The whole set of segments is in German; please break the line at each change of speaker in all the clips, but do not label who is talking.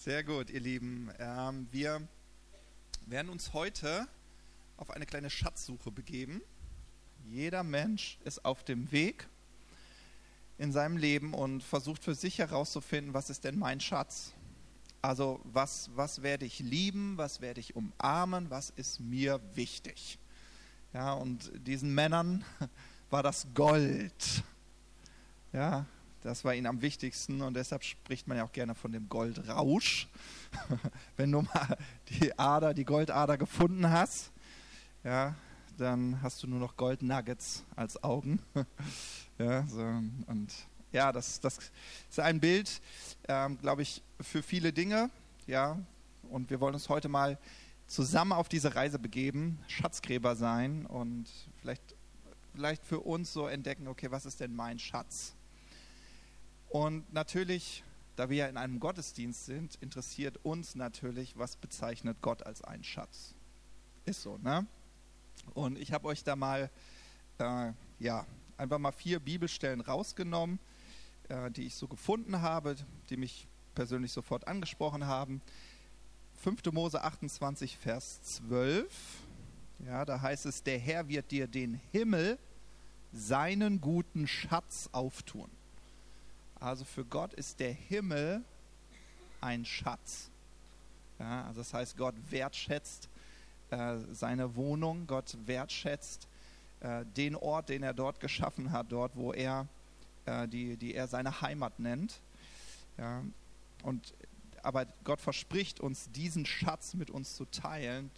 Sehr gut, ihr Lieben. Wir werden uns heute auf eine kleine Schatzsuche begeben. Jeder Mensch ist auf dem Weg in seinem Leben und versucht für sich herauszufinden, was ist denn mein Schatz? Also was werde ich lieben, was werde ich umarmen, was ist mir wichtig? Ja, und diesen Männern war das Gold. Ja, das war ihnen am wichtigsten und deshalb spricht man ja auch gerne von dem Goldrausch. Wenn du mal die Goldader gefunden hast, ja, dann hast du nur noch Goldnuggets als Augen. Ja, so, und ja, das ist ein Bild, glaube ich, für viele Dinge. Ja, und wir wollen uns heute mal zusammen auf diese Reise begeben, Schatzgräber sein und vielleicht für uns so entdecken, okay, was ist denn mein Schatz? Und natürlich, da wir ja in einem Gottesdienst sind, interessiert uns natürlich, was bezeichnet Gott als einen Schatz. Ist so, ne? Und ich habe euch da mal, einfach mal 4 Bibelstellen rausgenommen, die ich so gefunden habe, die mich persönlich sofort angesprochen haben. 5. Mose 28, Vers 12, ja, da heißt es, der Herr wird dir den Himmel, seinen guten Schatz auftun. Also für Gott ist der Himmel ein Schatz. Ja, also das heißt, Gott wertschätzt seine Wohnung, Gott wertschätzt den Ort, den er dort geschaffen hat, dort, wo er die er seine Heimat nennt. Ja, aber Gott verspricht uns, diesen Schatz mit uns zu teilen,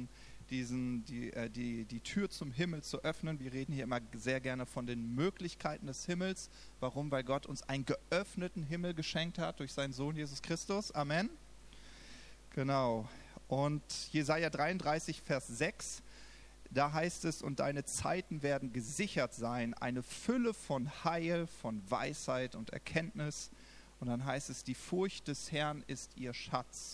die Tür zum Himmel zu öffnen. Wir reden hier immer sehr gerne von den Möglichkeiten des Himmels. Warum? Weil Gott uns einen geöffneten Himmel geschenkt hat durch seinen Sohn Jesus Christus. Amen. Genau. Und Jesaja 33, Vers 6, da heißt es, und deine Zeiten werden gesichert sein, eine Fülle von Heil, von Weisheit und Erkenntnis. Und dann heißt es, die Furcht des Herrn ist ihr Schatz.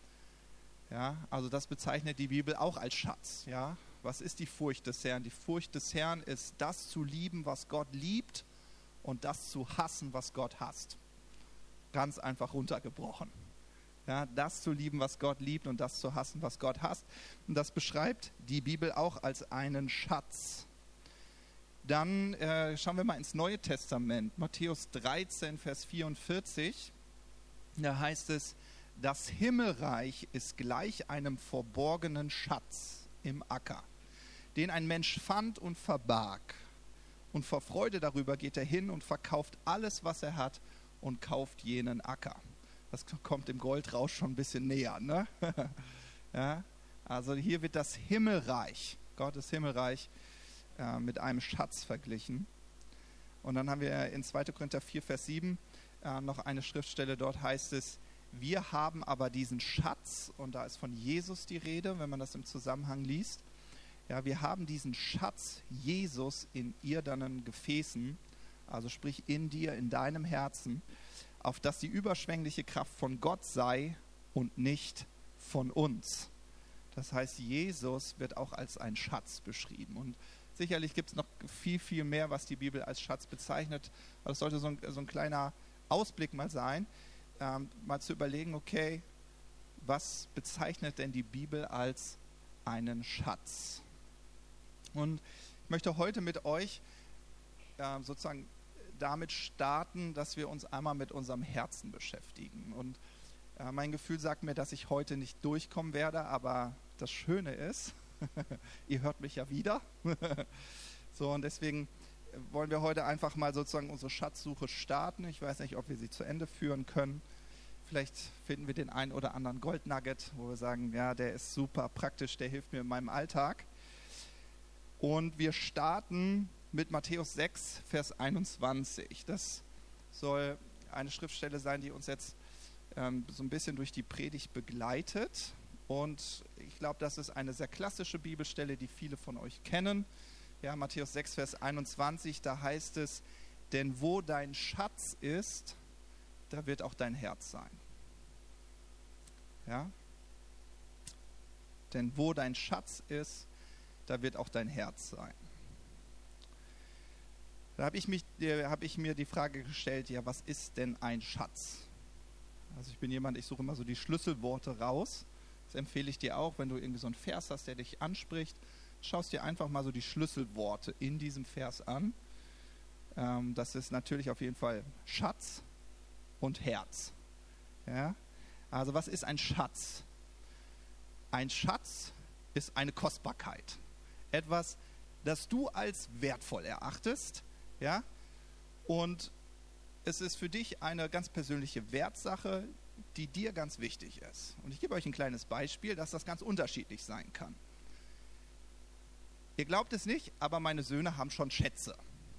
Ja, also das bezeichnet die Bibel auch als Schatz. Ja, was ist die Furcht des Herrn? Die Furcht des Herrn ist das zu lieben, was Gott liebt, und das zu hassen, was Gott hasst. Ganz einfach runtergebrochen. Ja, das zu lieben, was Gott liebt, und das zu hassen, was Gott hasst. Und das beschreibt die Bibel auch als einen Schatz. Dann schauen wir mal ins Neue Testament. Matthäus 13, Vers 44. Da heißt es, das Himmelreich ist gleich einem verborgenen Schatz im Acker, den ein Mensch fand und verbarg. Und vor Freude darüber geht er hin und verkauft alles, was er hat, und kauft jenen Acker. Das kommt dem Goldrausch schon ein bisschen näher, ne? Ja, also hier wird das Himmelreich, Gottes Himmelreich, mit einem Schatz verglichen. Und dann haben wir in 2. Korinther 4, Vers 7 noch eine Schriftstelle, dort heißt es, wir haben aber diesen Schatz, und da ist von Jesus die Rede, wenn man das im Zusammenhang liest. Ja, wir haben diesen Schatz Jesus in irdenen Gefäßen, also sprich in dir, in deinem Herzen, auf dass die überschwängliche Kraft von Gott sei und nicht von uns. Das heißt, Jesus wird auch als ein Schatz beschrieben. Und sicherlich gibt es noch viel, viel mehr, was die Bibel als Schatz bezeichnet. Aber das sollte so ein kleiner Ausblick mal sein, mal zu überlegen, okay, was bezeichnet denn die Bibel als einen Schatz? Und ich möchte heute mit euch sozusagen damit starten, dass wir uns einmal mit unserem Herzen beschäftigen. Und mein Gefühl sagt mir, dass ich heute nicht durchkommen werde, aber das Schöne ist, ihr hört mich ja wieder. So, und deswegen wollen wir heute einfach mal sozusagen unsere Schatzsuche starten. Ich weiß nicht, ob wir sie zu Ende führen können. Vielleicht finden wir den einen oder anderen Goldnugget, wo wir sagen, ja, der ist super praktisch, der hilft mir in meinem Alltag. Und wir starten mit Matthäus 6, Vers 21. Das soll eine Schriftstelle sein, die uns jetzt so ein bisschen durch die Predigt begleitet. Und ich glaube, das ist eine sehr klassische Bibelstelle, die viele von euch kennen. Ja, Matthäus 6, Vers 21, da heißt es, denn wo dein Schatz ist, da wird auch dein Herz sein. Ja? Denn wo dein Schatz ist, da wird auch dein Herz sein. Da habe ich mir die Frage gestellt, ja, was ist denn ein Schatz? Also ich bin jemand, ich suche immer so die Schlüsselworte raus. Das empfehle ich dir auch, wenn du irgendwie so einen Vers hast, der dich anspricht. Schaust dir einfach mal so die Schlüsselworte in diesem Vers an. Das ist natürlich auf jeden Fall Schatz und Herz. Ja? Also was ist ein Schatz? Ein Schatz ist eine Kostbarkeit. Etwas, das du als wertvoll erachtest. Ja? Und es ist für dich eine ganz persönliche Wertsache, die dir ganz wichtig ist. Und ich gebe euch ein kleines Beispiel, dass das ganz unterschiedlich sein kann. Ihr glaubt es nicht, aber meine Söhne haben schon Schätze.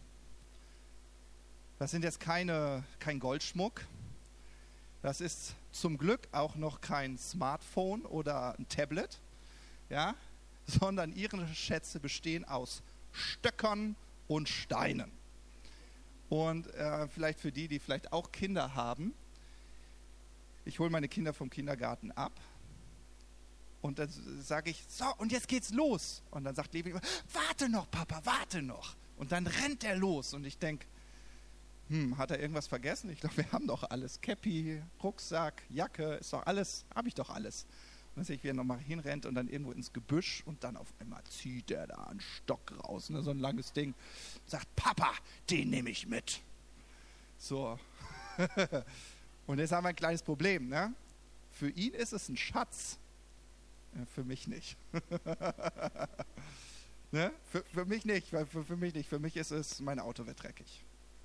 Das sind jetzt kein Goldschmuck. Das ist zum Glück auch noch kein Smartphone oder ein Tablet, ja, sondern ihre Schätze bestehen aus Stöckern und Steinen. Und vielleicht für die vielleicht auch Kinder haben, ich hole meine Kinder vom Kindergarten ab und dann sage ich, so, und jetzt geht's los. Und dann sagt Levi, warte noch, Papa, warte noch. Und dann rennt er los und ich denke, hat er irgendwas vergessen? Ich glaube, wir haben doch alles. Käppi, Rucksack, Jacke, ist doch alles, habe ich doch alles. Und dann sehe ich, wie er nochmal hinrennt und dann irgendwo ins Gebüsch und dann auf einmal zieht er da einen Stock raus, ne, so ein langes Ding. Sagt, Papa, den nehme ich mit. So. Und jetzt haben wir ein kleines Problem, ne? Für ihn ist es ein Schatz. Für mich nicht. Ne? Für mich nicht, für mich nicht. Für mich ist es, mein Auto wird dreckig.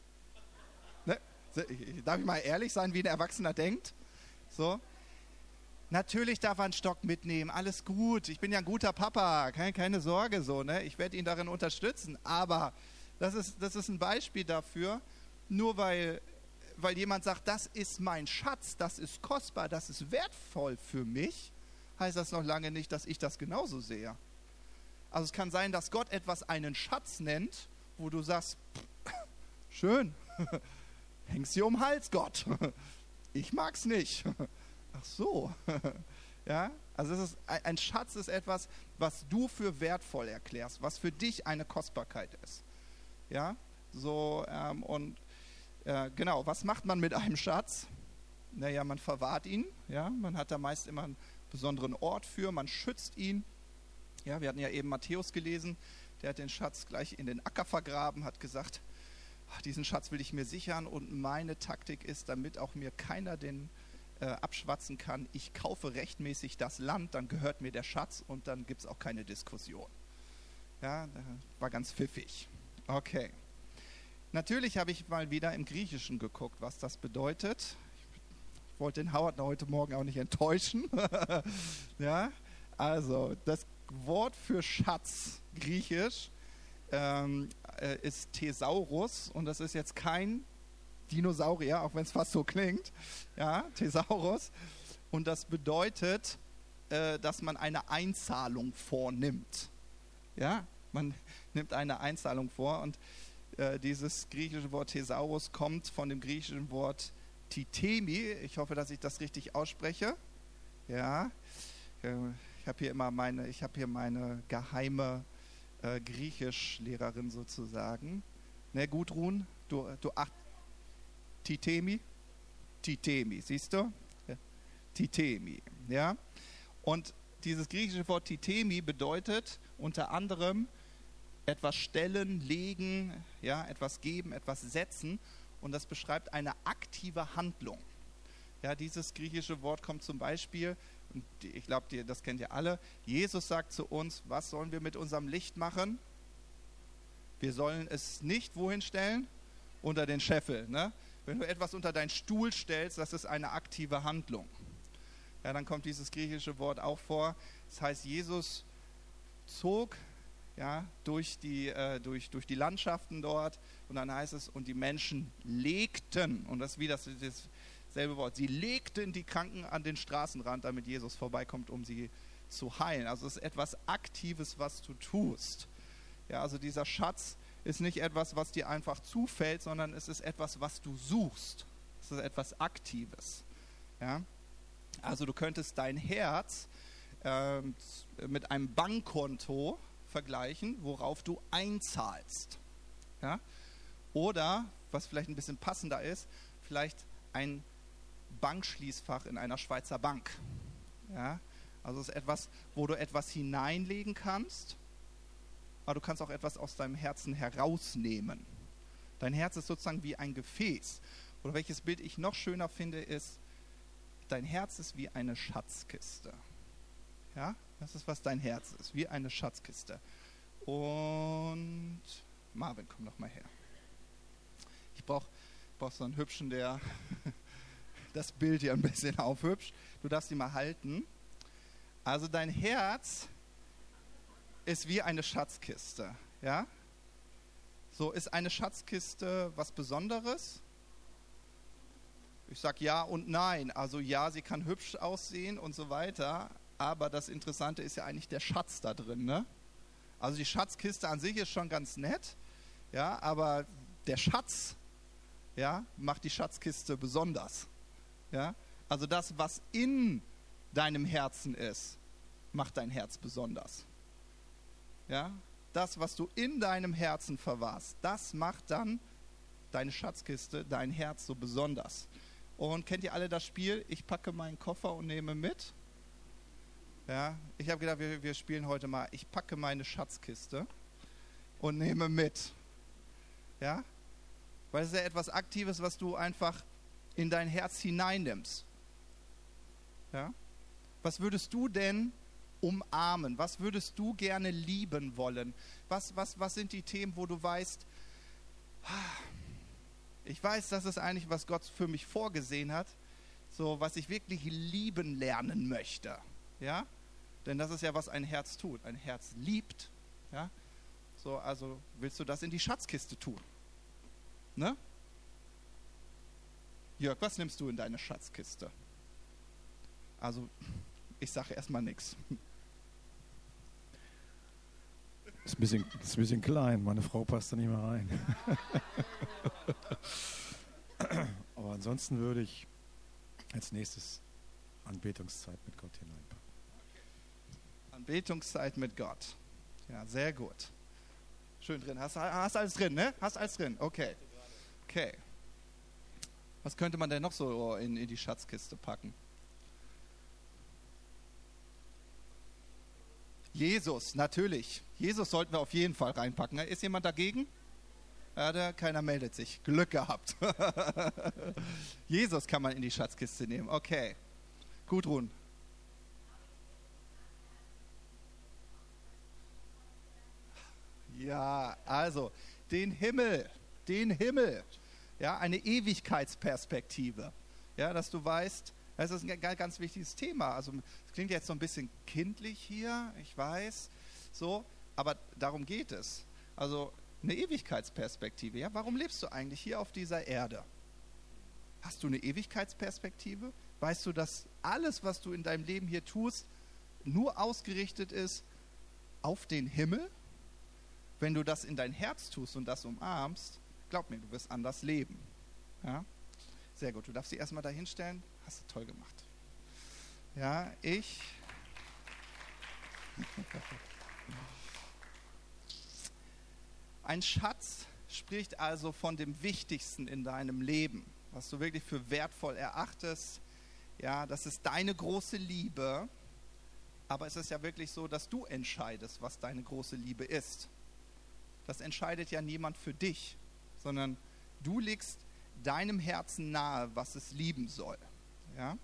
Ne? Darf ich mal ehrlich sein, wie ein Erwachsener denkt? So. Natürlich darf er einen Stock mitnehmen, alles gut. Ich bin ja ein guter Papa, keine Sorge so, ne? Ich werde ihn darin unterstützen. Aber das ist ein Beispiel dafür, nur weil jemand sagt, das ist mein Schatz, das ist kostbar, das ist wertvoll für mich, heißt das noch lange nicht, dass ich das genauso sehe. Also es kann sein, dass Gott etwas einen Schatz nennt, wo du sagst, schön, hängst dir um den Hals, Gott. Ich mag's nicht. Ach so. Ja, also ein Schatz ist etwas, was du für wertvoll erklärst, was für dich eine Kostbarkeit ist. Ja, so genau, was macht man mit einem Schatz? Naja, man verwahrt ihn, ja, man hat da meist immer einen besonderen Ort für, man schützt ihn. Ja, wir hatten ja eben Matthäus gelesen, der hat den Schatz gleich in den Acker vergraben, hat gesagt, diesen Schatz will ich mir sichern und meine Taktik ist, damit auch mir keiner den abschwatzen kann, ich kaufe rechtmäßig das Land, dann gehört mir der Schatz und dann gibt es auch keine Diskussion. Ja, war ganz pfiffig. Okay. Natürlich habe ich mal wieder im Griechischen geguckt, was das bedeutet. Ich wollte den Howard heute Morgen auch nicht enttäuschen. Ja, also das Wort für Schatz, griechisch, ist Thesaurus und das ist jetzt kein Dinosaurier, auch wenn es fast so klingt. Ja, Thesaurus. Und das bedeutet, dass man eine Einzahlung vornimmt. Ja, man nimmt eine Einzahlung vor und dieses griechische Wort Thesaurus kommt von dem griechischen Wort Titemi. Ich hoffe, dass ich das richtig ausspreche. Ja, ich habe hier meine geheime Griechischlehrerin sozusagen. Ne, Gudrun, du Titemi, siehst du? Ja. Titemi, ja. Und dieses griechische Wort Titemi bedeutet unter anderem etwas stellen, legen, ja, etwas geben, etwas setzen und das beschreibt eine aktive Handlung. Ja, dieses griechische Wort kommt zum Beispiel, und ich glaube, das kennt ihr alle, Jesus sagt zu uns, was sollen wir mit unserem Licht machen? Wir sollen es nicht wohin stellen? Unter den Scheffel, ne? Wenn du etwas unter deinen Stuhl stellst, das ist eine aktive Handlung. Ja, dann kommt dieses griechische Wort auch vor. Das heißt, Jesus zog durch die Landschaften dort und dann heißt es, und die Menschen legten, und das ist wie dasselbe Wort, sie legten die Kranken an den Straßenrand, damit Jesus vorbeikommt, um sie zu heilen. Also es ist etwas Aktives, was du tust. Ja, also dieser Schatz ist nicht etwas, was dir einfach zufällt, sondern es ist etwas, was du suchst. Es ist etwas Aktives. Ja? Also du könntest dein Herz mit einem Bankkonto vergleichen, worauf du einzahlst. Ja? Oder, was vielleicht ein bisschen passender ist, vielleicht ein Bankschließfach in einer Schweizer Bank. Ja? Also es ist etwas, wo du etwas hineinlegen kannst, aber du kannst auch etwas aus deinem Herzen herausnehmen. Dein Herz ist sozusagen wie ein Gefäß. Oder welches Bild ich noch schöner finde, ist, dein Herz ist wie eine Schatzkiste. Ja, das ist, was dein Herz ist, wie eine Schatzkiste. Und Marvin, komm noch mal her. Ich brauch so einen Hübschen, der das Bild hier ein bisschen aufhübscht. Du darfst ihn mal halten. Also dein Herz ist wie eine Schatzkiste. Ja? So, ist eine Schatzkiste was Besonderes? Ich sage ja und nein. Also ja, sie kann hübsch aussehen und so weiter. Aber das Interessante ist ja eigentlich der Schatz da drin. Ne? Also die Schatzkiste an sich ist schon ganz nett. Ja, aber der Schatz, ja, macht die Schatzkiste besonders. Ja? Also das, was in deinem Herzen ist, macht dein Herz besonders. Ja? Das, was du in deinem Herzen verwahrst, das macht dann deine Schatzkiste, dein Herz so besonders. Und kennt ihr alle das Spiel? Ich packe meinen Koffer und nehme mit. Ja, ich habe gedacht, wir spielen heute mal, ich packe meine Schatzkiste und nehme mit. Ja? Weil es ist ja etwas Aktives, was du einfach in dein Herz hineinnimmst. Ja? Was würdest du denn umarmen? Was würdest du gerne lieben wollen? Was sind die Themen, wo du weißt, ich weiß, das ist eigentlich, was Gott für mich vorgesehen hat, so was ich wirklich lieben lernen möchte. Ja? Denn das ist ja, was ein Herz tut. Ein Herz liebt. Ja? So, also willst du das in die Schatzkiste tun? Ne? Jörg, was nimmst du in deine Schatzkiste? Also, ich sage erstmal nichts.
Ist ein bisschen klein, meine Frau passt da nicht mehr rein. Aber ansonsten würde ich als nächstes Anbetungszeit mit Gott hineinpacken.
Anbetungszeit mit Gott. Ja, sehr gut. Schön drin. Hast alles drin, ne? Hast alles drin. Okay. Okay. Was könnte man denn noch so in die Schatzkiste packen? Jesus, natürlich. Jesus sollten wir auf jeden Fall reinpacken. Ist jemand dagegen? Ja, keiner meldet sich. Glück gehabt. Jesus kann man in die Schatzkiste nehmen. Okay. Gudrun. Ja, also den Himmel. Ja, eine Ewigkeitsperspektive. Ja, dass du weißt, das ist ein ganz wichtiges Thema. Also es klingt jetzt so ein bisschen kindlich hier, ich weiß, so, aber darum geht es. Also eine Ewigkeitsperspektive. Ja, warum lebst du eigentlich hier auf dieser Erde? Hast du eine Ewigkeitsperspektive? Weißt du, dass alles, was du in deinem Leben hier tust, nur ausgerichtet ist auf den Himmel? Wenn du das in dein Herz tust und das umarmst, glaub mir, du wirst anders leben. Ja? Sehr gut, du darfst sie erstmal da hinstellen. Hast du toll gemacht. Ja, Ein Schatz spricht also von dem Wichtigsten in deinem Leben, was du wirklich für wertvoll erachtest. Ja, das ist deine große Liebe, aber es ist ja wirklich so, dass du entscheidest, was deine große Liebe ist. Das entscheidet ja niemand für dich, sondern du legst deinem Herzen nahe, was es lieben soll. Ja?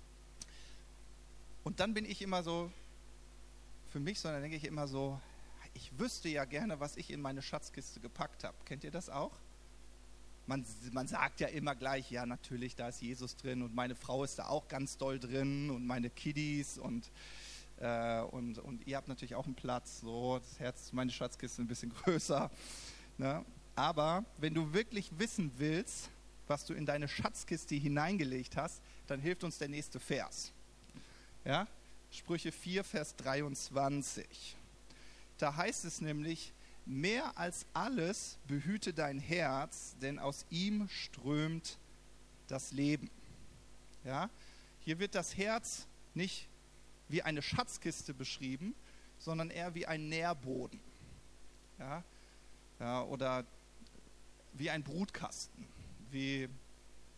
Und dann bin ich immer so, für mich, sondern denke ich immer so, ich wüsste ja gerne, was ich in meine Schatzkiste gepackt habe. Kennt ihr das auch? Man sagt ja immer gleich, ja natürlich, da ist Jesus drin und meine Frau ist da auch ganz doll drin und meine Kiddies und ihr habt natürlich auch einen Platz, so, das Herz, meine Schatzkiste ist ein bisschen größer. Ne? Aber wenn du wirklich wissen willst, was du in deine Schatzkiste hineingelegt hast, dann hilft uns der nächste Vers. Ja? Sprüche 4, Vers 23. Da heißt es nämlich, mehr als alles behüte dein Herz, denn aus ihm strömt das Leben. Ja? Hier wird das Herz nicht wie eine Schatzkiste beschrieben, sondern eher wie ein Nährboden. Ja? Ja, oder wie ein Brutkasten, wie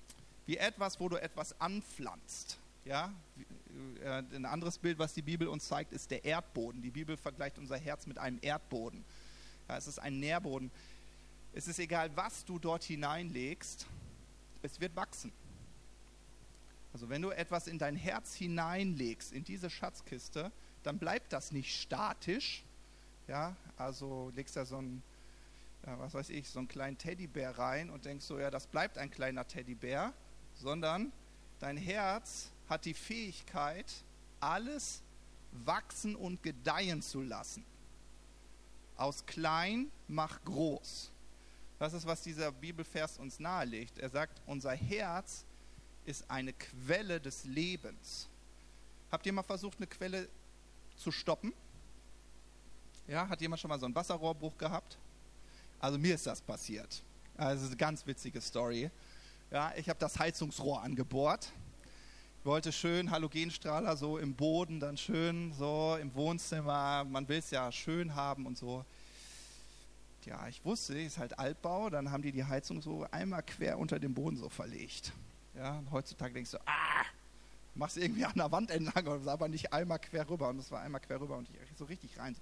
wie etwas, wo du etwas anpflanzt. Ja? Ein anderes Bild, was die Bibel uns zeigt, ist der Erdboden. Die Bibel vergleicht unser Herz mit einem Erdboden. Ja, es ist ein Nährboden. Es ist egal, was du dort hineinlegst, es wird wachsen. Also wenn du etwas in dein Herz hineinlegst, in diese Schatzkiste, dann bleibt das nicht statisch. Ja, also legst da so einen kleinen Teddybär rein und denkst so, ja, das bleibt ein kleiner Teddybär, sondern dein Herz hat die Fähigkeit, alles wachsen und gedeihen zu lassen. Aus klein mach groß. Das ist, was dieser Bibelvers uns nahelegt. Er sagt, unser Herz ist eine Quelle des Lebens. Habt ihr mal versucht, eine Quelle zu stoppen? Ja, hat jemand schon mal so einen Wasserrohrbruch gehabt? Also mir ist das passiert. Also eine ganz witzige Story. Ja, ich habe das Heizungsrohr angebohrt. Wollte schön Halogenstrahler so im Boden, dann schön so im Wohnzimmer. Man will es ja schön haben und so. Ja, ich wusste, ist halt Altbau. Dann haben die Heizung so einmal quer unter dem Boden so verlegt. Ja, und heutzutage denkst du, machst irgendwie an der Wand entlang, aber nicht einmal quer rüber. Und das war einmal quer rüber und ich so richtig rein.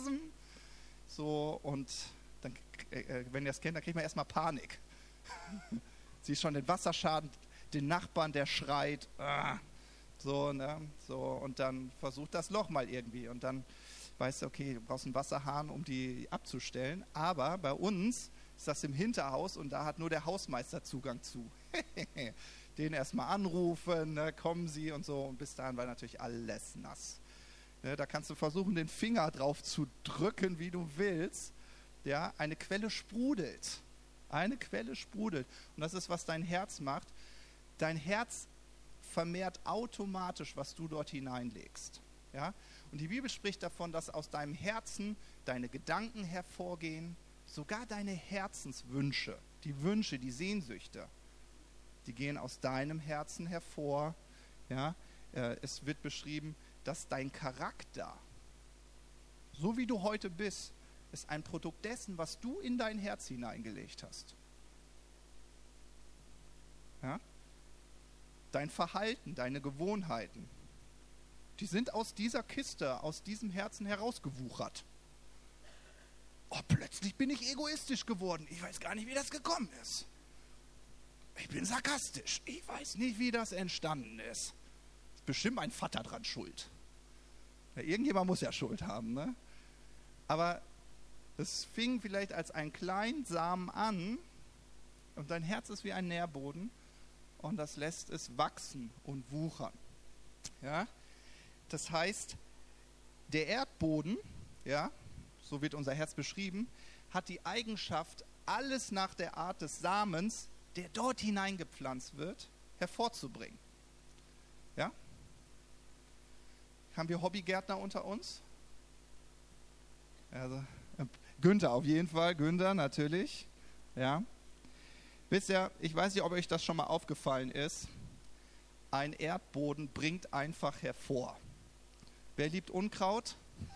So, und dann, wenn ihr das kennt, dann kriegt man erstmal Panik. Siehst schon den Wasserschaden, den Nachbarn, der schreit. So, ne? So, und dann versucht das Loch mal irgendwie. Und dann weißt du, okay, du brauchst einen Wasserhahn, um die abzustellen. Aber bei uns ist das im Hinterhaus und da hat nur der Hausmeister Zugang zu. Den erstmal anrufen, ne, kommen Sie und so. Und bis dahin war natürlich alles nass. Ne, da kannst du versuchen, den Finger drauf zu drücken, wie du willst. Ja, eine Quelle sprudelt. Eine Quelle sprudelt. Und das ist, was dein Herz macht. Dein Herz vermehrt automatisch, was du dort hineinlegst. Ja? Und die Bibel spricht davon, dass aus deinem Herzen deine Gedanken hervorgehen, sogar deine Herzenswünsche, die Wünsche, die Sehnsüchte, die gehen aus deinem Herzen hervor. Ja? Es wird beschrieben, dass dein Charakter, so wie du heute bist, ist ein Produkt dessen, was du in dein Herz hineingelegt hast. Ja? Dein Verhalten, deine Gewohnheiten, die sind aus dieser Kiste, aus diesem Herzen herausgewuchert. Oh, plötzlich bin ich egoistisch geworden. Ich weiß gar nicht, wie das gekommen ist. Ich bin sarkastisch. Ich weiß nicht, wie das entstanden ist. Ist bestimmt mein Vater dran schuld. Ja, irgendjemand muss ja Schuld haben, ne? Aber es fing vielleicht als ein kleinen Samen an und dein Herz ist wie ein Nährboden und das lässt es wachsen und wuchern. Ja? Das heißt, der Erdboden, ja, so wird unser Herz beschrieben, hat die Eigenschaft, alles nach der Art des Samens, der dort hineingepflanzt wird, hervorzubringen. Ja? Haben wir Hobbygärtner unter uns? Also, Günther auf jeden Fall, Günther natürlich. Ja. Wisst ihr, ich weiß nicht, ob euch das schon mal aufgefallen ist, ein Erdboden bringt einfach hervor. Wer liebt Unkraut?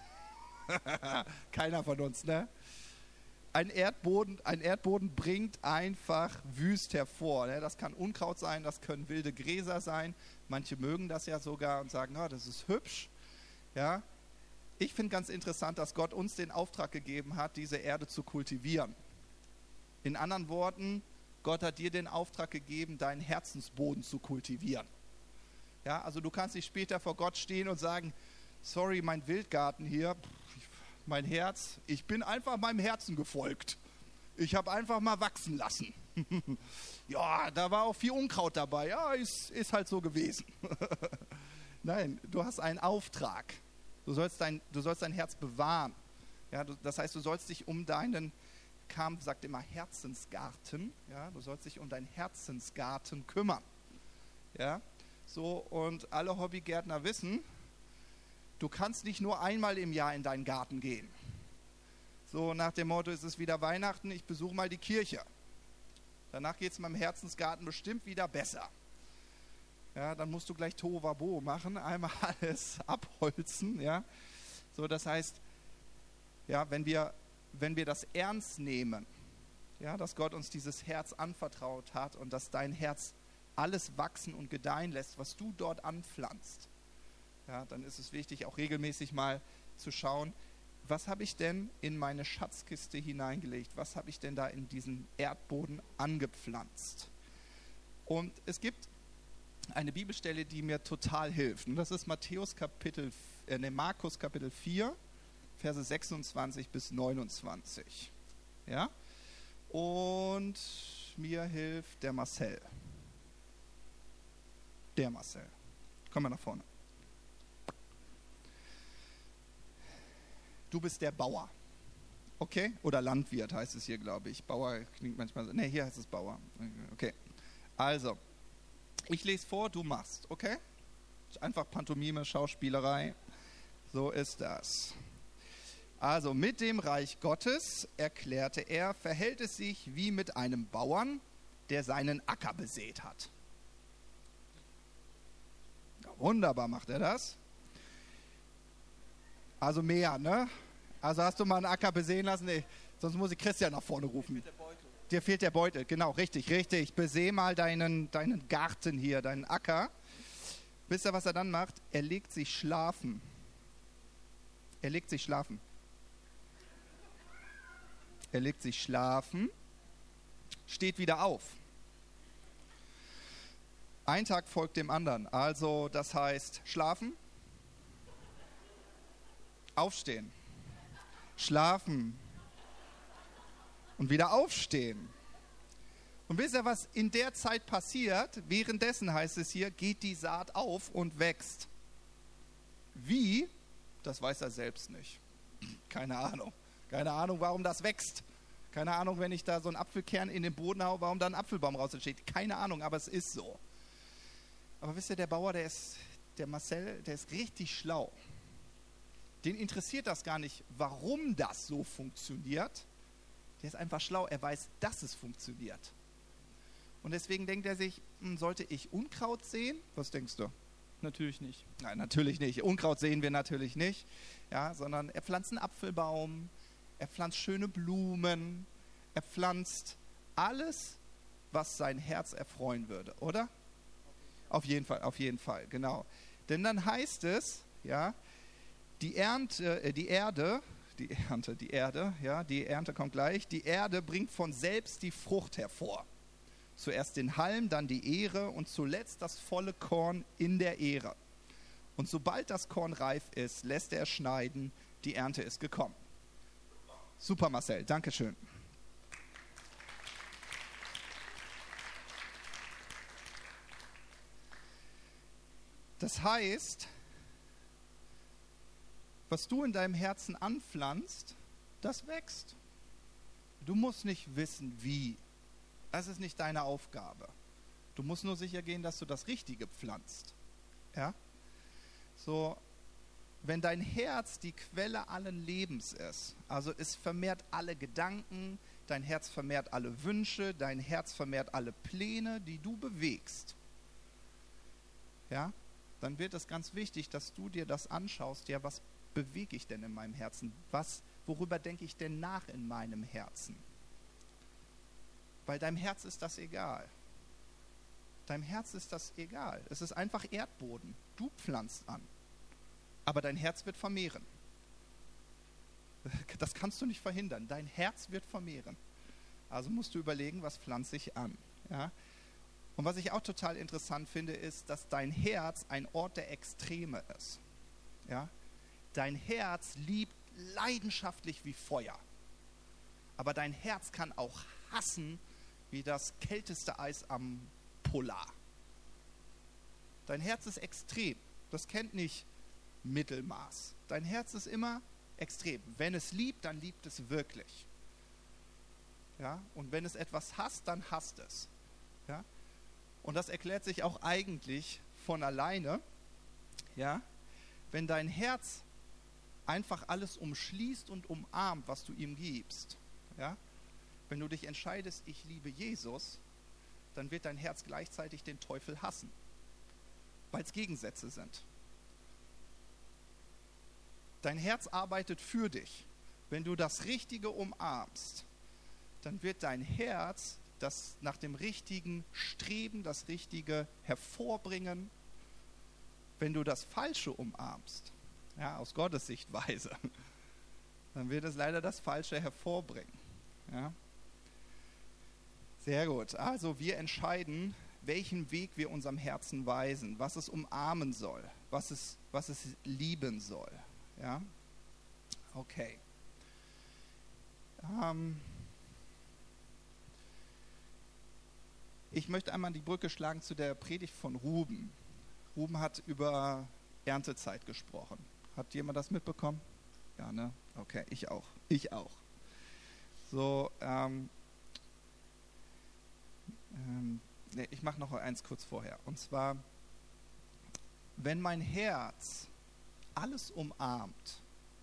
Keiner von uns, ne? Ein Erdboden bringt einfach wüst hervor. Ne? Das kann Unkraut sein, das können wilde Gräser sein. Manche mögen das ja sogar und sagen, oh, das ist hübsch. Ja? Ich finde ganz interessant, dass Gott uns den Auftrag gegeben hat, diese Erde zu kultivieren. In anderen Worten, Gott hat dir den Auftrag gegeben, deinen Herzensboden zu kultivieren. Ja, also du kannst nicht später vor Gott stehen und sagen, sorry, mein Wildgarten hier, mein Herz, ich bin einfach meinem Herzen gefolgt. Ich habe einfach mal wachsen lassen. Ja, da war auch viel Unkraut dabei. Ja, ist halt so gewesen. Nein, du hast einen Auftrag. Du sollst dein Herz bewahren. Ja, das heißt, du sollst dich um deinen, Kam sagt immer Herzensgarten. Ja, du sollst dich um deinen Herzensgarten kümmern. Ja, so, und alle Hobbygärtner wissen, du kannst nicht nur einmal im Jahr in deinen Garten gehen. So nach dem Motto, es ist wieder Weihnachten, ich besuche mal die Kirche. Danach geht es meinem Herzensgarten bestimmt wieder besser. Ja, dann musst du gleich Tohuwabohu machen, einmal alles abholzen. Ja. So, das heißt, ja, wenn wir das ernst nehmen, ja, dass Gott uns dieses Herz anvertraut hat und dass dein Herz alles wachsen und gedeihen lässt, was du dort anpflanzt, ja, dann ist es wichtig, auch regelmäßig mal zu schauen, was habe ich denn in meine Schatzkiste hineingelegt? Was habe ich denn da in diesen Erdboden angepflanzt? Und es gibt eine Bibelstelle, die mir total hilft. Und das ist Markus Kapitel 4, Verse 26 bis 29. Ja? Und mir hilft der Marcel. Komm mal nach vorne. Du bist der Bauer. Okay? Oder Landwirt heißt es hier, glaube ich. Bauer klingt manchmal so. Ne, hier heißt es Bauer. Okay. Also, ich lese vor, du machst. Okay? Einfach Pantomime, Schauspielerei. So ist das. Also, mit dem Reich Gottes, erklärte er, verhält es sich wie mit einem Bauern, der seinen Acker besät hat. Ja, wunderbar macht er das. Also mehr, ne? Also hast du mal einen Acker besehen lassen? Nee, sonst muss ich Christian nach vorne rufen. Dir fehlt der Beutel, genau, richtig. Beseh mal deinen Garten hier, deinen Acker. Wisst ihr, was er dann macht? Er legt sich schlafen. Steht wieder auf. Ein Tag folgt dem anderen. Also das heißt schlafen, aufstehen, schlafen und wieder aufstehen. Und wisst ihr, was in der Zeit passiert? Währenddessen heißt es hier, geht die Saat auf und wächst. Wie? Das weiß er selbst nicht. Keine Ahnung. Keine Ahnung, warum das wächst. Keine Ahnung, wenn ich da so einen Apfelkern in den Boden haue, warum da ein Apfelbaum raus entsteht. Keine Ahnung, aber es ist so. Aber wisst ihr, der Bauer, der Marcel, der ist richtig schlau. Den interessiert das gar nicht, warum das so funktioniert. Der ist einfach schlau. Er weiß, dass es funktioniert. Und deswegen denkt er sich, sollte ich Unkraut säen? Was denkst du?
Natürlich nicht.
Nein, natürlich nicht. Unkraut sehen wir natürlich nicht. Ja, sondern er pflanzt einen Apfelbaum, er pflanzt schöne Blumen, er pflanzt alles, was sein Herz erfreuen würde, oder? Auf jeden Fall, genau. Denn dann heißt es, ja, die Ernte kommt gleich. Die Erde bringt von selbst die Frucht hervor. Zuerst den Halm, dann die Ähre und zuletzt das volle Korn in der Ähre. Und sobald das Korn reif ist, lässt er schneiden, die Ernte ist gekommen. Super, Marcel, Dankeschön. Das heißt, was du in deinem Herzen anpflanzt, das wächst. Du musst nicht wissen, wie. Das ist nicht deine Aufgabe. Du musst nur sicher gehen, dass du das Richtige pflanzt. Ja? So, wenn dein Herz die Quelle allen Lebens ist, also es vermehrt alle Gedanken, dein Herz vermehrt alle Wünsche, dein Herz vermehrt alle Pläne, die du bewegst, ja, dann wird es ganz wichtig, dass du dir das anschaust, ja, was bewege ich denn in meinem Herzen? Worüber denke ich denn nach in meinem Herzen? Weil deinem Herz ist das egal. Deinem Herz ist das egal. Es ist einfach Erdboden. Du pflanzt an. Aber dein Herz wird vermehren. Das kannst du nicht verhindern. Dein Herz wird vermehren. Also musst du überlegen, was pflanze ich an. Ja? Und was ich auch total interessant finde, ist, dass dein Herz ein Ort der Extreme ist. Ja? Dein Herz liebt leidenschaftlich wie Feuer. Aber dein Herz kann auch hassen wie das kälteste Eis am Polar. Dein Herz ist extrem. Das kennt nicht Mittelmaß. Dein Herz ist immer extrem. Wenn es liebt, dann liebt es wirklich. Ja? Und wenn es etwas hasst, dann hasst es. Ja? Und das erklärt sich auch eigentlich von alleine. Ja? Wenn dein Herz einfach alles umschließt und umarmt, was du ihm gibst, ja? Wenn du dich entscheidest, ich liebe Jesus, dann wird dein Herz gleichzeitig den Teufel hassen, weil es Gegensätze sind. Dein Herz arbeitet für dich. Wenn du das Richtige umarmst, dann wird dein Herz das nach dem Richtigen streben, das Richtige hervorbringen. Wenn du das Falsche umarmst, ja, aus Gottes Sichtweise, dann wird es leider das Falsche hervorbringen. Ja. Sehr gut. Also wir entscheiden, welchen Weg wir unserem Herzen weisen, was es umarmen soll, was es lieben soll. Ja. Okay. Ich möchte einmal die Brücke schlagen zu der Predigt von Ruben. Ruben hat über Erntezeit gesprochen. Hat jemand das mitbekommen? Ja, ne? Okay, ich auch. So, ich mache noch eins kurz vorher. Und zwar, wenn mein Herz alles umarmt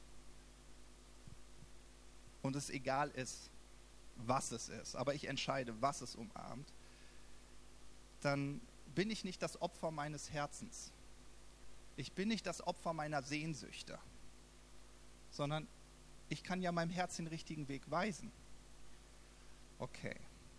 und es egal ist, was es ist, aber ich entscheide, was es umarmt, dann bin ich nicht das Opfer meines Herzens. Ich bin nicht das Opfer meiner Sehnsüchte, sondern ich kann ja meinem Herz den richtigen Weg weisen. Okay.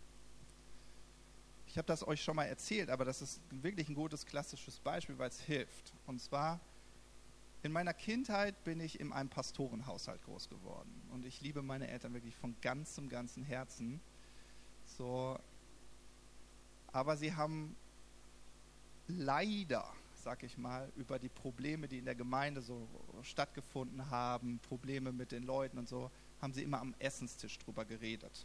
Ich habe das euch schon mal erzählt, aber das ist wirklich ein gutes klassisches Beispiel, weil es hilft. Und zwar, in meiner Kindheit bin ich in einem Pastorenhaushalt groß geworden. Und ich liebe meine Eltern wirklich von ganzem Herzen. So, aber sie haben leider, sag ich mal, über die Probleme, die in der Gemeinde so stattgefunden haben, Probleme mit den Leuten und so, haben sie immer am Essenstisch drüber geredet.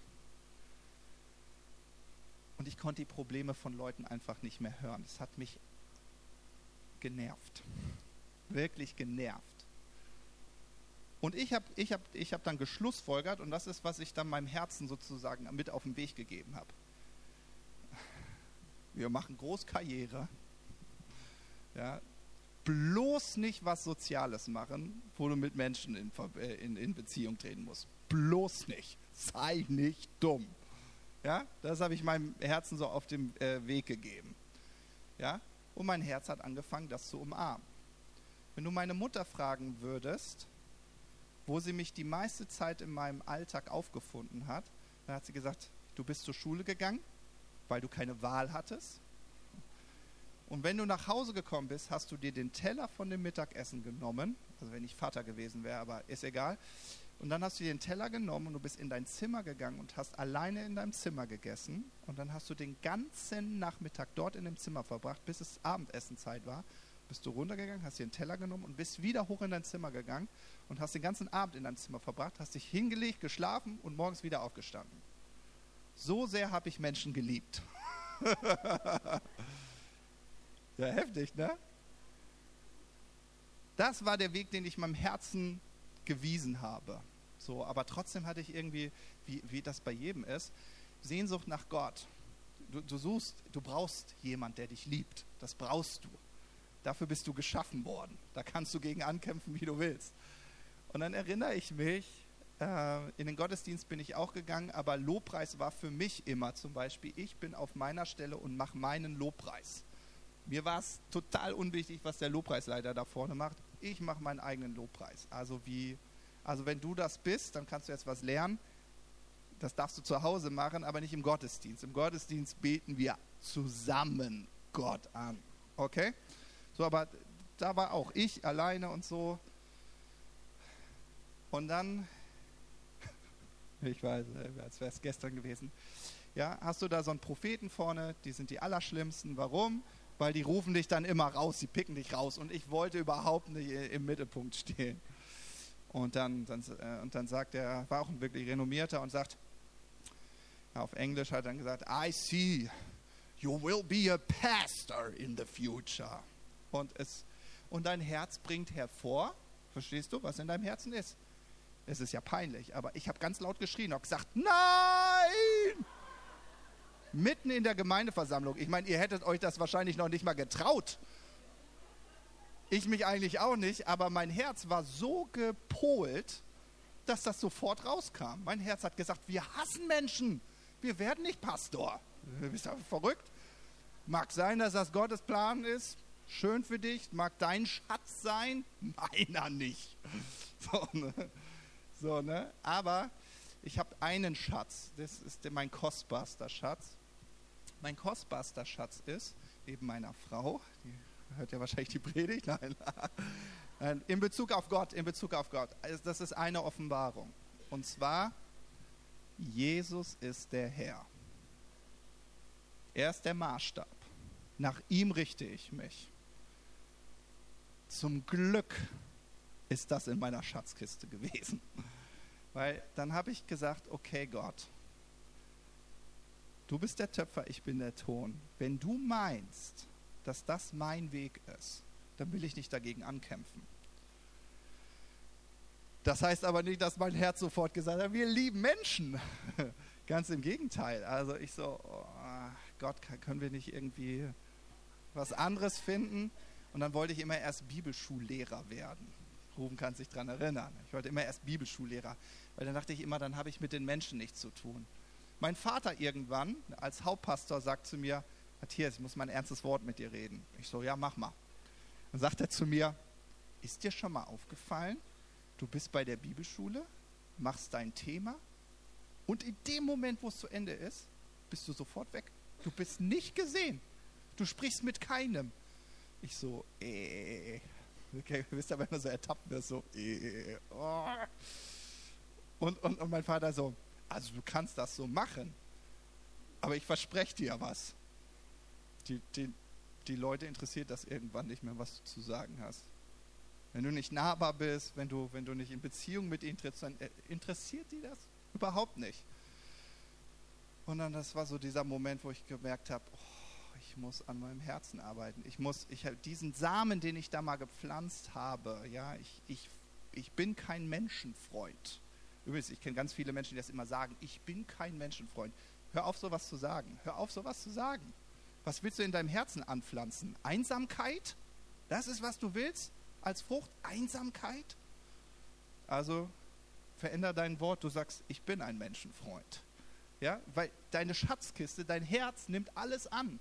Und ich konnte die Probleme von Leuten einfach nicht mehr hören. Das hat mich genervt. Wirklich genervt. Und ich hab dann geschlussfolgert, und das ist, was ich dann meinem Herzen sozusagen mit auf den Weg gegeben habe. Wir machen Großkarriere. Ja, bloß nicht was Soziales machen, wo du mit Menschen in Beziehung treten musst. Bloß nicht. Sei nicht dumm. Ja, das habe ich meinem Herzen so auf den Weg gegeben. Ja, und mein Herz hat angefangen, das zu umarmen. Wenn du meine Mutter fragen würdest, wo sie mich die meiste Zeit in meinem Alltag aufgefunden hat, dann hat sie gesagt, du bist zur Schule gegangen, weil du keine Wahl hattest. Und wenn du nach Hause gekommen bist, hast du dir den Teller von dem Mittagessen genommen, also wenn ich Vater gewesen wäre, aber ist egal. Und dann hast du dir den Teller genommen und du bist in dein Zimmer gegangen und hast alleine in deinem Zimmer gegessen. Und dann hast du den ganzen Nachmittag dort in dem Zimmer verbracht, bis es Abendessenzeit war. Bist du runtergegangen, hast dir den Teller genommen und bist wieder hoch in dein Zimmer gegangen und hast den ganzen Abend in deinem Zimmer verbracht, hast dich hingelegt, geschlafen und morgens wieder aufgestanden. So sehr habe ich Menschen geliebt. Ja, heftig, ne? Das war der Weg, den ich meinem Herzen gewiesen habe. So, aber trotzdem hatte ich irgendwie, wie das bei jedem ist, Sehnsucht nach Gott. Du brauchst jemand, der dich liebt. Das brauchst du. Dafür bist du geschaffen worden. Da kannst du gegen ankämpfen, wie du willst. Und dann erinnere ich mich, in den Gottesdienst bin ich auch gegangen, aber Lobpreis war für mich immer zum Beispiel, ich bin auf meiner Stelle und mache meinen Lobpreis. Mir war es total unwichtig, was der Lobpreisleiter da vorne macht. Ich mache meinen eigenen Lobpreis. Also wenn du das bist, dann kannst du jetzt was lernen. Das darfst du zu Hause machen, aber nicht im Gottesdienst. Im Gottesdienst beten wir zusammen Gott an. Okay? So, aber da war auch ich alleine und so. Und dann, ich weiß, als wäre es gestern gewesen, ja, hast du da so einen Propheten vorne, die sind die Allerschlimmsten. Warum? Weil die rufen dich dann immer raus, die picken dich raus. Und ich wollte überhaupt nicht im Mittelpunkt stehen. Und dann sagt er, war auch ein wirklich renommierter und sagt, auf Englisch hat er dann gesagt, I see, you will be a pastor in the future. Und dein Herz bringt hervor, verstehst du, was in deinem Herzen ist? Es ist ja peinlich, aber ich habe ganz laut geschrien und gesagt, nein! Mitten in der Gemeindeversammlung. Ich meine, ihr hättet euch das wahrscheinlich noch nicht mal getraut. Ich mich eigentlich auch nicht, aber mein Herz war so gepolt, dass das sofort rauskam. Mein Herz hat gesagt, wir hassen Menschen. Wir werden nicht Pastor. Du bist doch verrückt. Mag sein, dass das Gottes Plan ist. Schön für dich. Mag dein Schatz sein. Meiner nicht. So, ne? Aber ich habe einen Schatz, das ist mein kostbarster Schatz. Mein kostbarster Schatz ist, neben meiner Frau, die hört ja wahrscheinlich die Predigt, nein, in Bezug auf Gott, also das ist eine Offenbarung. Und zwar, Jesus ist der Herr. Er ist der Maßstab. Nach ihm richte ich mich. Zum Glück ist das in meiner Schatzkiste gewesen. Weil dann habe ich gesagt, okay Gott, du bist der Töpfer, ich bin der Ton. Wenn du meinst, dass das mein Weg ist, dann will ich nicht dagegen ankämpfen. Das heißt aber nicht, dass mein Herz sofort gesagt hat, wir lieben Menschen. Ganz im Gegenteil. Also ich so, oh Gott, können wir nicht irgendwie was anderes finden? Und dann wollte ich immer erst Bibelschullehrer werden. Ruben kann sich daran erinnern. Ich wollte immer erst Bibelschullehrer. Weil dann dachte ich immer, dann habe ich mit den Menschen nichts zu tun. Mein Vater irgendwann als Hauptpastor sagt zu mir, Matthias, ich muss mal ein ernstes Wort mit dir reden. Ich so, ja, mach mal. Dann sagt er zu mir, ist dir schon mal aufgefallen, du bist bei der Bibelschule, machst dein Thema und in dem Moment, wo es zu Ende ist, bist du sofort weg. Du bist nicht gesehen. Du sprichst mit keinem. Ich so, Okay, wisst ihr, wenn man so ertappt wird, so, oh. Und mein Vater so, also du kannst das so machen, aber ich verspreche dir was. Die Leute interessiert das irgendwann nicht mehr, was du zu sagen hast. Wenn du nicht nahbar bist, wenn du nicht in Beziehung mit ihnen trittst, dann interessiert die das überhaupt nicht. Und dann, das war so dieser Moment, wo ich gemerkt habe, ich muss an meinem Herzen arbeiten. Ich habe diesen Samen, den ich da mal gepflanzt habe, ja, ich bin kein Menschenfreund. Übrigens, ich kenne ganz viele Menschen, die das immer sagen, ich bin kein Menschenfreund. Hör auf, sowas zu sagen. Was willst du in deinem Herzen anpflanzen? Einsamkeit? Das ist, was du willst? Als Frucht? Einsamkeit? Also, veränder dein Wort, du sagst, ich bin ein Menschenfreund. Ja, weil deine Schatzkiste, dein Herz nimmt alles an.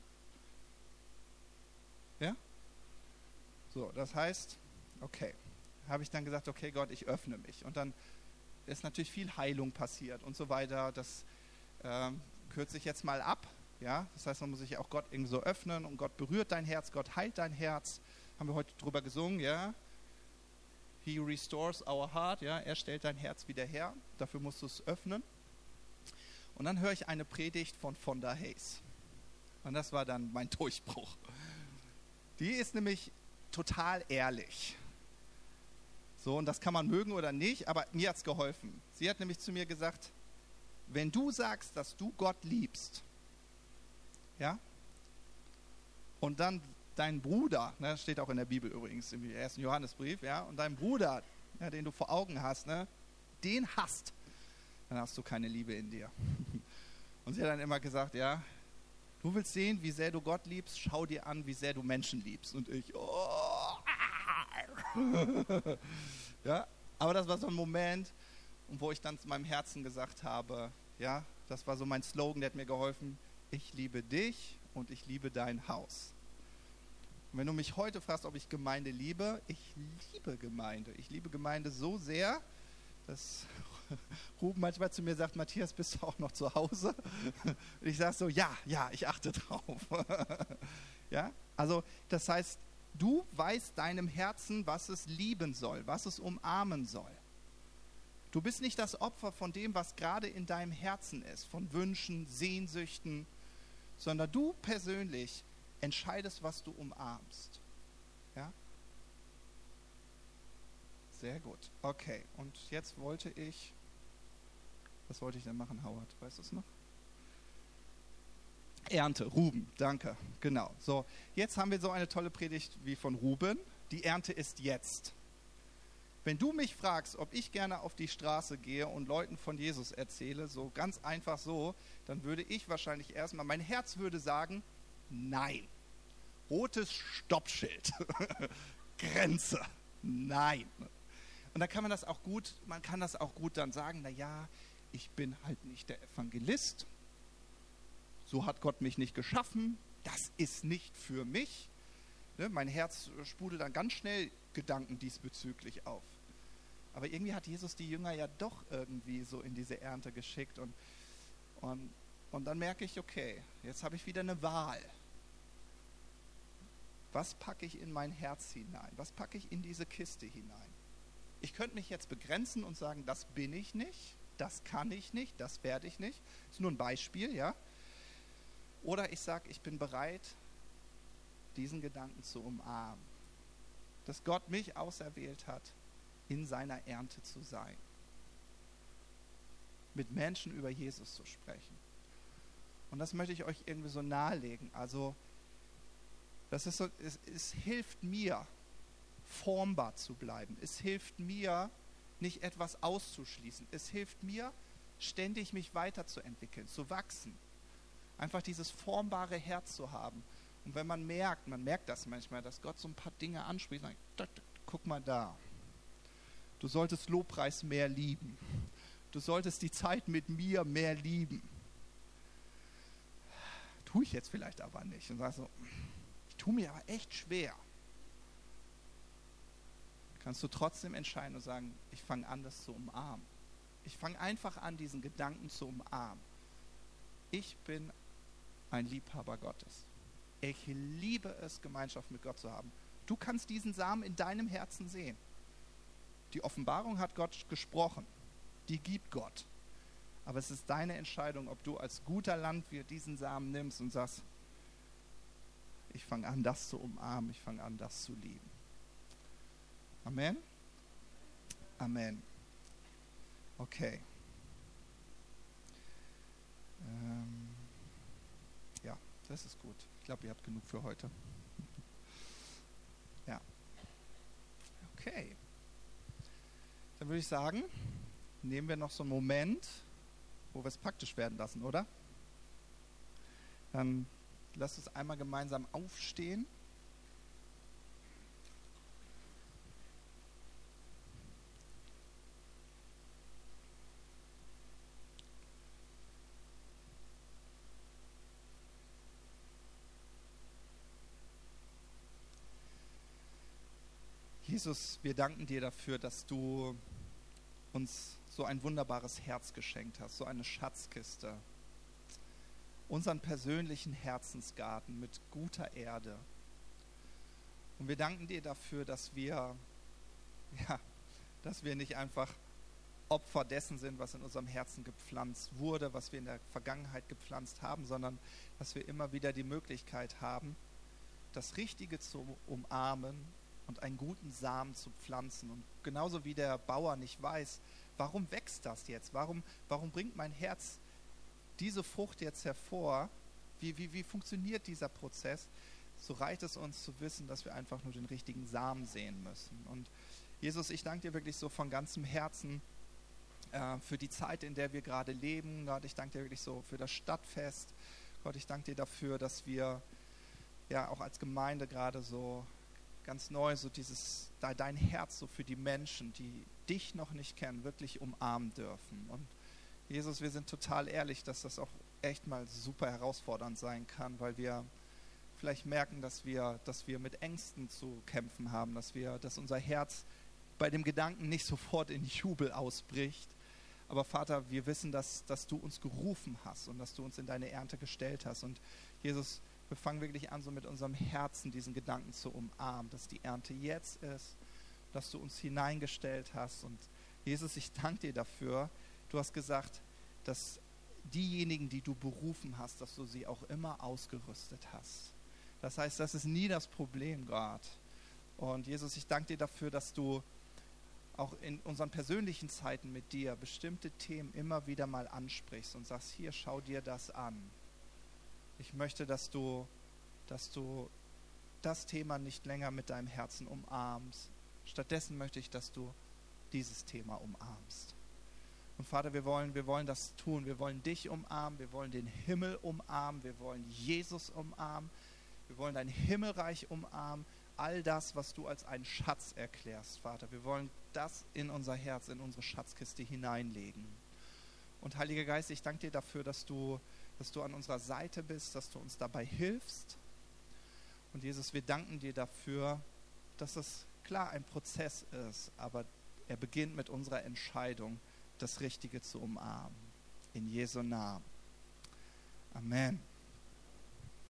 Ja? So, das heißt, okay, habe ich dann gesagt, okay Gott, ich öffne mich. Und dann ist natürlich viel Heilung passiert und so weiter. Das kürze ich jetzt mal ab. Ja? Das heißt, man muss sich auch Gott irgendwie so öffnen und Gott berührt dein Herz, Gott heilt dein Herz. Haben wir heute drüber gesungen, ja? He restores our heart, ja? Er stellt dein Herz wieder her. Dafür musst du es öffnen. Und dann höre ich eine Predigt von Fonda Hayes. Und das war dann mein Durchbruch. Die ist nämlich total ehrlich. So, und das kann man mögen oder nicht, aber mir hat es geholfen. Sie hat nämlich zu mir gesagt, wenn du sagst, dass du Gott liebst, ja, und dann dein Bruder, ne, das steht auch in der Bibel übrigens, im 1. Johannesbrief, ja, und dein Bruder, ja, den du vor Augen hast, ne, den hasst, dann hast du keine Liebe in dir. Und sie hat dann immer gesagt, ja, du willst sehen, wie sehr du Gott liebst, schau dir an, wie sehr du Menschen liebst. Und ich, ja, aber das war so ein Moment, wo ich dann zu meinem Herzen gesagt habe, ja, das war so mein Slogan, der hat mir geholfen, ich liebe dich und ich liebe dein Haus. Und wenn du mich heute fragst, ob ich Gemeinde liebe, ich liebe Gemeinde. Ich liebe Gemeinde so sehr, dass Ruben manchmal zu mir sagt, Matthias, bist du auch noch zu Hause? Und ich sage so, ja, ich achte drauf. Ja, also das heißt, du weißt deinem Herzen, was es lieben soll, was es umarmen soll. Du bist nicht das Opfer von dem, was gerade in deinem Herzen ist, von Wünschen, Sehnsüchten, sondern du persönlich entscheidest, was du umarmst. Ja? Sehr gut. Okay, und jetzt wollte ich, was wollte ich denn machen, Howard? Weißt du es noch? Ernte, Ruben, danke, genau. So, jetzt haben wir so eine tolle Predigt wie von Ruben. Die Ernte ist jetzt. Wenn du mich fragst, ob ich gerne auf die Straße gehe und Leuten von Jesus erzähle, so ganz einfach so, dann würde ich wahrscheinlich erstmal, mein Herz würde sagen, nein. Rotes Stoppschild. Grenze. Nein. Und dann kann man das auch gut dann sagen, naja, ich bin halt nicht der Evangelist. So hat Gott mich nicht geschaffen. Das ist nicht für mich. Ne, mein Herz sprudelt dann ganz schnell Gedanken diesbezüglich auf. Aber irgendwie hat Jesus die Jünger ja doch irgendwie so in diese Ernte geschickt. Und dann merke ich, okay, jetzt habe ich wieder eine Wahl. Was packe ich in mein Herz hinein? Was packe ich in diese Kiste hinein? Ich könnte mich jetzt begrenzen und sagen, das bin ich nicht, das kann ich nicht, das werde ich nicht. Das ist nur ein Beispiel, ja. Oder ich sage, ich bin bereit, diesen Gedanken zu umarmen. Dass Gott mich auserwählt hat, in seiner Ernte zu sein. Mit Menschen über Jesus zu sprechen. Und das möchte ich euch irgendwie so nahelegen. Also, das ist so, es hilft mir, formbar zu bleiben. Es hilft mir, nicht etwas auszuschließen. Es hilft mir, ständig mich weiterzuentwickeln, zu wachsen. Einfach dieses formbare Herz zu haben. Und wenn man merkt das manchmal, dass Gott so ein paar Dinge anspricht, sagt, guck mal da. Du solltest Lobpreis mehr lieben. Du solltest die Zeit mit mir mehr lieben. Tue ich jetzt vielleicht aber nicht. Und sag so, ich tue mir aber echt schwer. Kannst du trotzdem entscheiden und sagen, ich fange an, das zu umarmen. Ich fange einfach an, diesen Gedanken zu umarmen. Ich bin ein Liebhaber Gottes. Ich liebe es, Gemeinschaft mit Gott zu haben. Du kannst diesen Samen in deinem Herzen sehen. Die Offenbarung hat Gott gesprochen. Die gibt Gott. Aber es ist deine Entscheidung, ob du als guter Landwirt diesen Samen nimmst und sagst, ich fange an, das zu umarmen, ich fange an, das zu lieben. Amen? Amen. Okay. Ja, das ist gut. Ich glaube, ihr habt genug für heute. Ja. Okay. Dann würde ich sagen, nehmen wir noch so einen Moment, wo wir es praktisch werden lassen, oder? Dann lasst uns einmal gemeinsam aufstehen. Jesus, wir danken dir dafür, dass du uns so ein wunderbares Herz geschenkt hast, so eine Schatzkiste. Unseren persönlichen Herzensgarten mit guter Erde. Und wir danken dir dafür, dass wir nicht einfach Opfer dessen sind, was in unserem Herzen gepflanzt wurde, was wir in der Vergangenheit gepflanzt haben, sondern dass wir immer wieder die Möglichkeit haben, das Richtige zu umarmen und einen guten Samen zu pflanzen. Und genauso wie der Bauer nicht weiß, warum wächst das jetzt? Warum bringt mein Herz diese Frucht jetzt hervor? Wie funktioniert dieser Prozess? So reicht es uns zu wissen, dass wir einfach nur den richtigen Samen sehen müssen. Und Jesus, ich danke dir wirklich so von ganzem Herzen für die Zeit, in der wir gerade leben. Gott, ich danke dir wirklich so für das Stadtfest. Gott, ich danke dir dafür, dass wir ja auch als Gemeinde gerade so ganz neu so dein Herz so für die Menschen, die dich noch nicht kennen, wirklich umarmen dürfen. Und Jesus, wir sind total ehrlich, dass das auch echt mal super herausfordernd sein kann, weil wir vielleicht merken, dass wir mit Ängsten zu kämpfen haben, dass unser Herz bei dem Gedanken nicht sofort in Jubel ausbricht. Aber Vater, wir wissen, dass du uns gerufen hast und dass du uns in deine Ernte gestellt hast. Und Jesus, wir fangen wirklich an, so mit unserem Herzen diesen Gedanken zu umarmen, dass die Ernte jetzt ist, dass du uns hineingestellt hast. Und Jesus, ich danke dir dafür. Du hast gesagt, dass diejenigen, die du berufen hast, dass du sie auch immer ausgerüstet hast. Das heißt, das ist nie das Problem, Gott. Und Jesus, ich danke dir dafür, dass du auch in unseren persönlichen Zeiten mit dir bestimmte Themen immer wieder mal ansprichst und sagst, hier, schau dir das an. Ich möchte, dass du das Thema nicht länger mit deinem Herzen umarmst. Stattdessen möchte ich, dass du dieses Thema umarmst. Und Vater, wir wollen das tun. Wir wollen dich umarmen, wir wollen den Himmel umarmen, wir wollen Jesus umarmen, wir wollen dein Himmelreich umarmen. All das, was du als einen Schatz erklärst, Vater. Wir wollen das in unser Herz, in unsere Schatzkiste hineinlegen. Und Heiliger Geist, ich danke dir dafür, dass du an unserer Seite bist, dass du uns dabei hilfst. Und Jesus, wir danken dir dafür, dass es klar ein Prozess ist, aber Er beginnt mit unserer Entscheidung, das Richtige zu umarmen. In Jesu Namen. Amen.